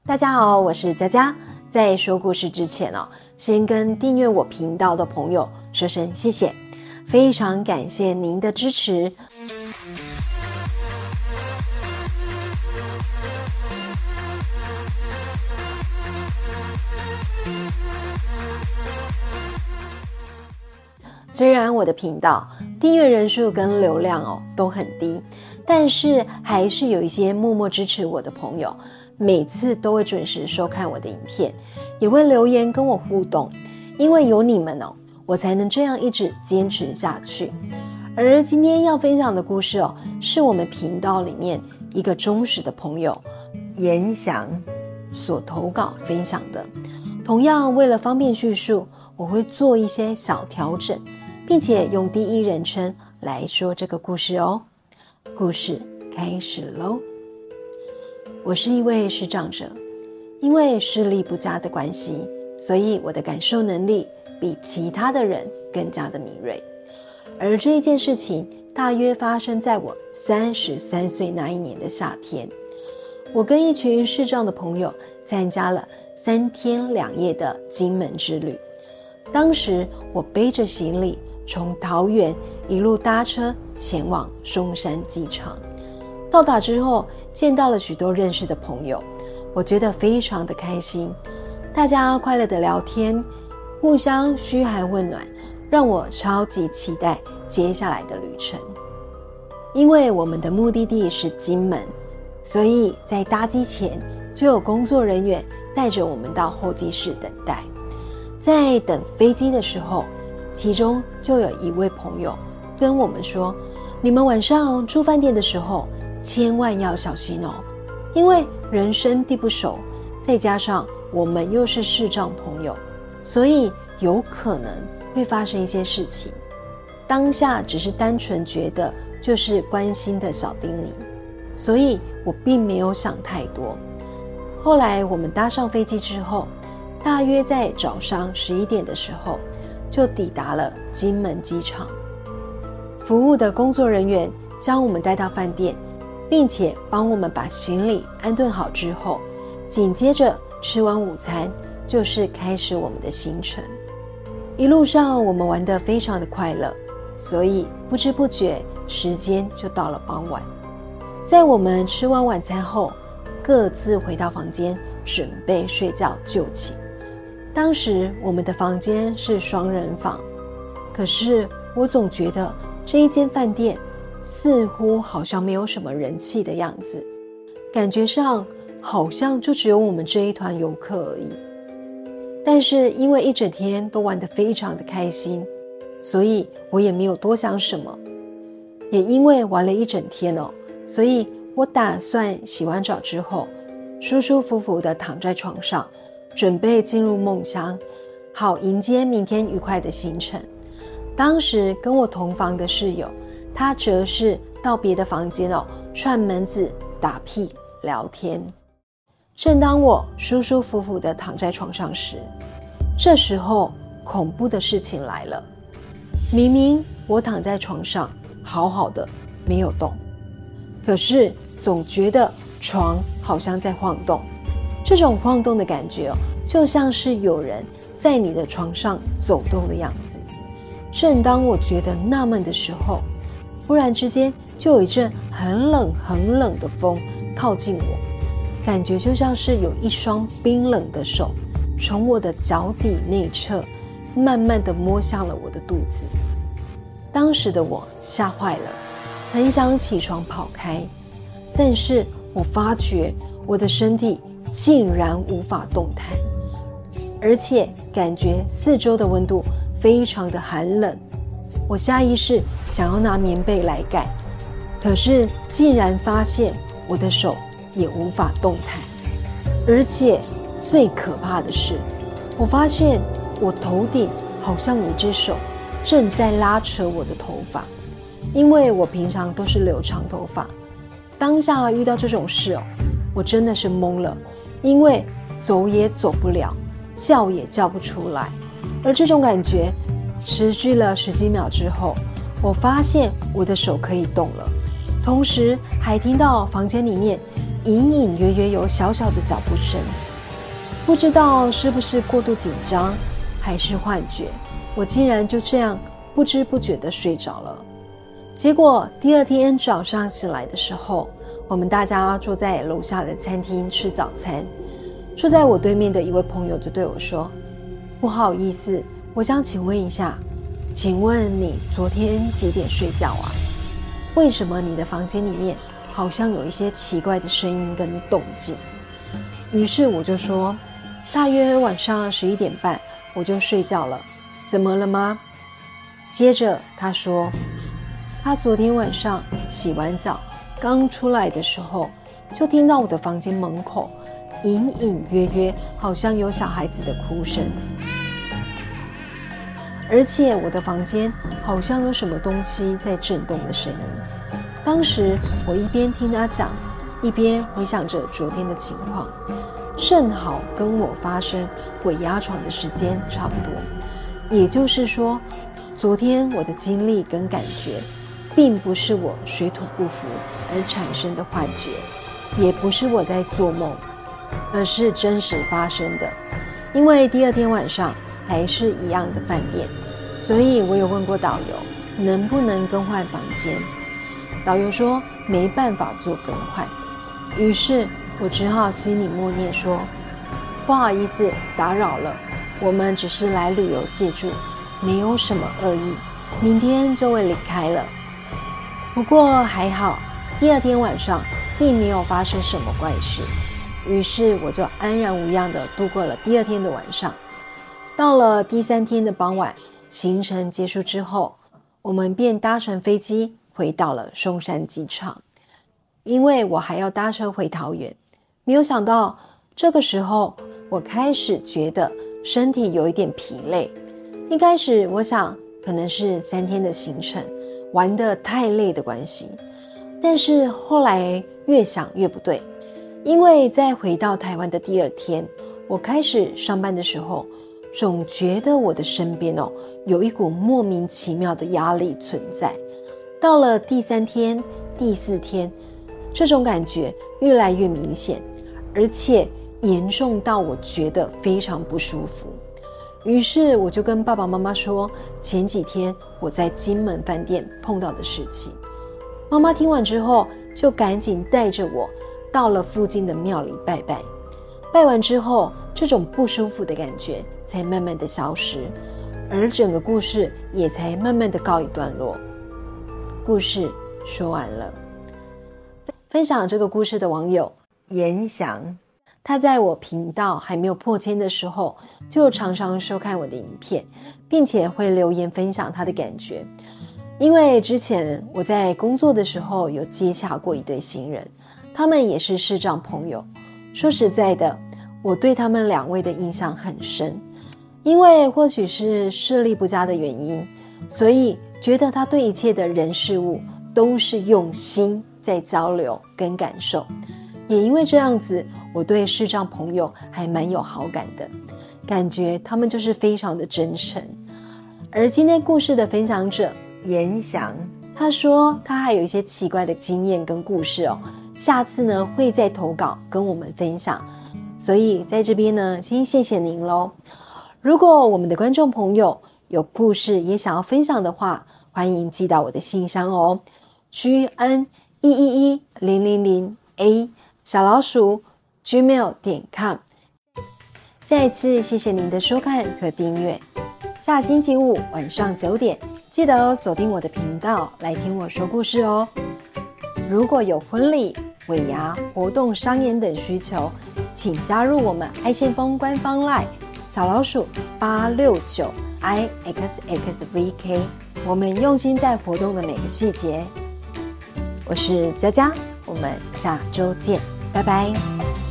大家好，我是佳佳。在说故事之前先跟订阅我频道的朋友说声谢谢，非常感谢您的支持。虽然我的频道订阅人数跟流量都很低，但是还是有一些默默支持我的朋友，每次都会准时收看我的影片，也会留言跟我互动。因为有你们我才能这样一直坚持下去。而今天要分享的故事是我们频道里面一个忠实的朋友严翔所投稿分享的。同样为了方便叙述，我会做一些小调整，并且用第一人称来说这个故事哦。故事开始咯。我是一位视障者，因为视力不佳的关系，所以我的感受能力比其他的人更加的敏锐。而这一件事情大约发生在我33岁那一年的夏天。我跟一群视障的朋友参加了3天2夜的金门之旅。当时我背着行李从桃园一路搭车前往松山机场。到达之后见到了许多认识的朋友，我觉得非常的开心。大家快乐的聊天，互相嘘寒问暖，让我超级期待接下来的旅程。因为我们的目的地是金门，所以在搭机前就有工作人员带着我们到候机室等待。在等飞机的时候，其中就有一位朋友跟我们说，你们晚上住饭店的时候千万要小心因为人生地不熟，再加上我们又是视障朋友，所以有可能会发生一些事情。当下只是单纯觉得就是关心的小叮咛，所以我并没有想太多。后来我们搭上飞机之后，大约在早上11点的时候就抵达了金门机场。服务的工作人员将我们带到饭店，并且帮我们把行李安顿好之后，紧接着吃完午餐就是开始我们的行程。一路上我们玩得非常的快乐，所以不知不觉时间就到了傍晚。在我们吃完晚餐后，各自回到房间准备睡觉就寝。当时我们的房间是双人房，可是我总觉得这一间饭店似乎好像没有什么人气的样子，感觉上好像就只有我们这一团游客而已。但是因为一整天都玩得非常的开心，所以我也没有多想什么。也因为玩了一整天所以我打算洗完澡之后舒舒服服地躺在床上，准备进入梦乡，好迎接明天愉快的行程。当时跟我同房的室友，他则是到别的房间串门子打屁聊天。正当我舒舒服服地躺在床上时，这时候恐怖的事情来了。明明我躺在床上好好的没有动，可是总觉得床好像在晃动。这种晃动的感觉就像是有人在你的床上走动的样子。正当我觉得纳闷的时候，忽然之间就有一阵很冷很冷的风靠近我，感觉就像是有一双冰冷的手从我的脚底内侧慢慢地摸向了我的肚子。当时的我吓坏了，很想起床跑开，但是我发觉我的身体竟然无法动弹，而且感觉四周的温度非常的寒冷。我下意识想要拿棉被来盖，可是竟然发现我的手也无法动弹。而且最可怕的是，我发现我头顶好像有一只手正在拉扯我的头发。因为我平常都是留长头发，当下遇到这种事我真的是懵了，因为走也走不了，叫也叫不出来。而这种感觉持续了10几秒之后，我发现我的手可以动了，同时还听到房间里面隐隐约约有小小的脚步声。不知道是不是过度紧张还是幻觉，我竟然就这样不知不觉地睡着了。结果第二天早上醒来的时候，我们大家坐在楼下的餐厅吃早餐，坐在我对面的一位朋友就对我说，不好意思，我想请问一下，请问你昨天几点睡觉啊？为什么你的房间里面好像有一些奇怪的声音跟动静？于是我就说，大约晚上11点半我就睡觉了，怎么了吗？接着他说，他昨天晚上洗完澡刚出来的时候，就听到我的房间门口隐隐约约好像有小孩子的哭声，而且我的房间好像有什么东西在震动的声音。当时我一边听他讲，一边回想着昨天的情况，正好跟我发生鬼压床的时间差不多。也就是说，昨天我的经历跟感觉并不是我水土不服而产生的幻觉，也不是我在做梦，而是真实发生的。因为第二天晚上还是一样的饭店，所以我有问过导游能不能更换房间。导游说没办法做更换，于是我只好心里默念说，不好意思打扰了，我们只是来旅游借住，没有什么恶意，明天就会离开了。不过还好，第二天晚上并没有发生什么怪事，于是我就安然无恙地度过了第二天的晚上。到了第三天的傍晚，行程结束之后，我们便搭乘飞机回到了松山机场，因为我还要搭车回桃园。没有想到这个时候我开始觉得身体有一点疲累。一开始我想可能是3天的行程玩得太累的关系，但是后来越想越不对，因为在回到台湾的第二天，我开始上班的时候，总觉得我的身边有一股莫名其妙的压力存在。到了第3天、第4天，这种感觉越来越明显，而且严重到我觉得非常不舒服。于是我就跟爸爸妈妈说前几天我在金门饭店碰到的事情。妈妈听完之后就赶紧带着我到了附近的庙里拜拜。拜完之后，这种不舒服的感觉才慢慢的消失，而整个故事也才慢慢的告一段落。故事说完了。分享这个故事的网友严翔，他在我频道还没有破千的时候，就常常收看我的影片，并且会留言分享他的感觉。因为之前我在工作的时候有接洽过一对新人，他们也是视障朋友。说实在的，我对他们2位的印象很深，因为或许是视力不佳的原因，所以觉得他对一切的人事物都是用心在交流跟感受。也因为这样子，我对视障朋友还蛮有好感的，感觉他们就是非常的真诚。而今天故事的分享者严翔，他说他还有一些奇怪的经验跟故事下次呢会再投稿跟我们分享。所以在这边呢，先谢谢您咯。如果我们的观众朋友有故事也想要分享的话，欢迎寄到我的信箱gn1110a@gmail.com。 再次谢谢您的收看和订阅。下星期五晚上9点，记得锁定我的频道来听我说故事哦。如果有婚礼、尾牙、活动、商演等需求，请加入我们爱先锋官方 LINE 小老鼠869IXXVK， 我们用心在活动的每个细节。我是佳佳，我们下周见，拜拜。